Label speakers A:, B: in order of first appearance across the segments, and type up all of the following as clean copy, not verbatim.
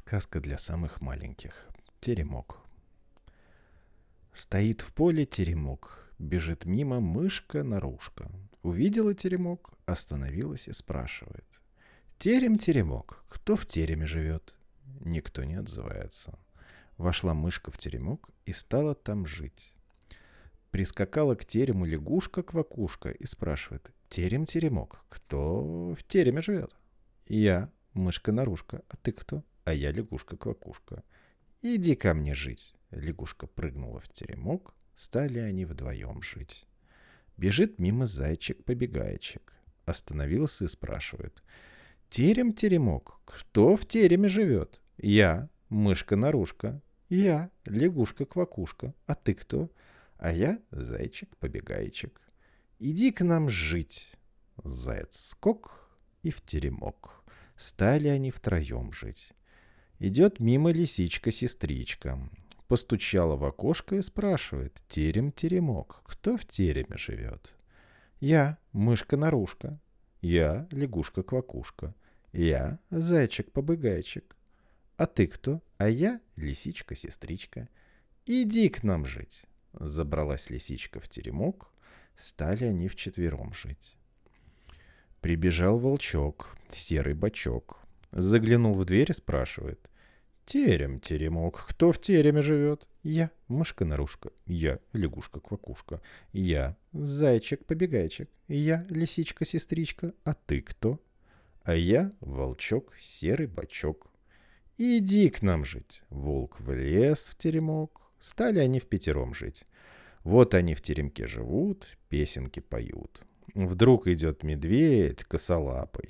A: Сказка для самых маленьких. Теремок. Стоит в поле теремок, бежит мимо мышка-нарушка. Увидела теремок, остановилась и спрашивает. Терем-теремок, кто в тереме живет? Никто не отзывается. Вошла мышка в теремок и стала там жить. Прискакала к терему лягушка-квакушка и спрашивает. Терем-теремок, кто в тереме живет? Я, мышка-нарушка, а ты кто? А я лягушка-квакушка. Иди ко мне жить. Лягушка прыгнула в теремок, стали они вдвоем жить. Бежит мимо зайчик-побегайчик. Остановился и спрашивает. Терем-теремок, кто в тереме живет? Я, мышка-нарушка. Я, лягушка-квакушка. А ты кто? А я зайчик-побегайчик. Иди к нам жить. Заяц-скок и в теремок. Стали они втроем жить. Идет мимо лисичка-сестричка. Постучала в окошко и спрашивает. Терем-теремок, кто в тереме живет? Я, мышка-нарушка. Я, лягушка-квакушка. Я, зайчик-побегайчик. А ты кто? А я, лисичка-сестричка. Иди к нам жить. Забралась лисичка в теремок. Стали они вчетвером жить. Прибежал волчок, серый бочок. Заглянул в дверь и спрашивает. Терем-теремок, кто в тереме живет? Я, мышка-нарушка. Я, лягушка-квакушка. Я, зайчик-побегайчик. Я, лисичка-сестричка. А ты кто? А я, волчок, серый бочок. Иди к нам жить. Волк влез в теремок. Стали они впятером жить. Вот они в теремке живут, песенки поют. Вдруг идет медведь косолапый.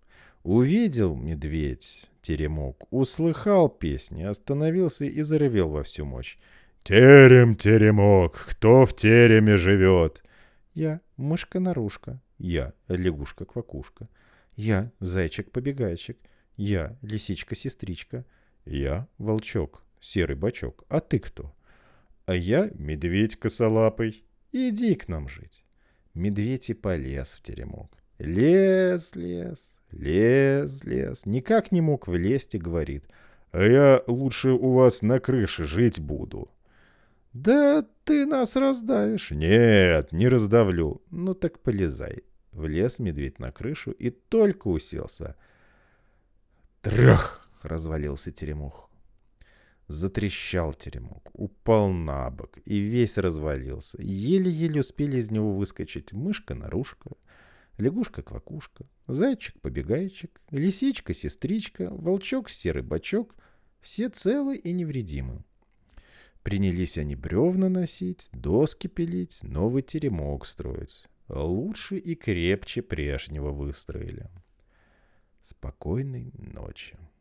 A: Увидел медведь теремок, услыхал песни, остановился и заревел во всю мощь. Терем-теремок, кто в тереме живет? Я, мышка-нарушка. Я, лягушка-квакушка. Я, зайчик-побегайчик. Я, лисичка-сестричка. Я, волчок, серый бочок. А ты кто? А я медведь косолапый. Иди к нам жить. Медведь и полез в теремок. Лез, никак не мог влезть и говорит. А я лучше у вас на крыше жить буду. Да ты нас раздавишь. Нет, не раздавлю. Ну так полезай. Влез медведь на крышу и только уселся. Трах! Развалился теремок. Затрещал теремок, упал на бок и весь развалился. Еле-еле успели из него выскочить мышка-нарушка, лягушка-квакушка, зайчик-побегайчик, лисичка-сестричка, волчок-серый бочок. Все целы и невредимы. Принялись они бревна носить, доски пилить, новый теремок строить. Лучше и крепче прежнего выстроили. Спокойной ночи.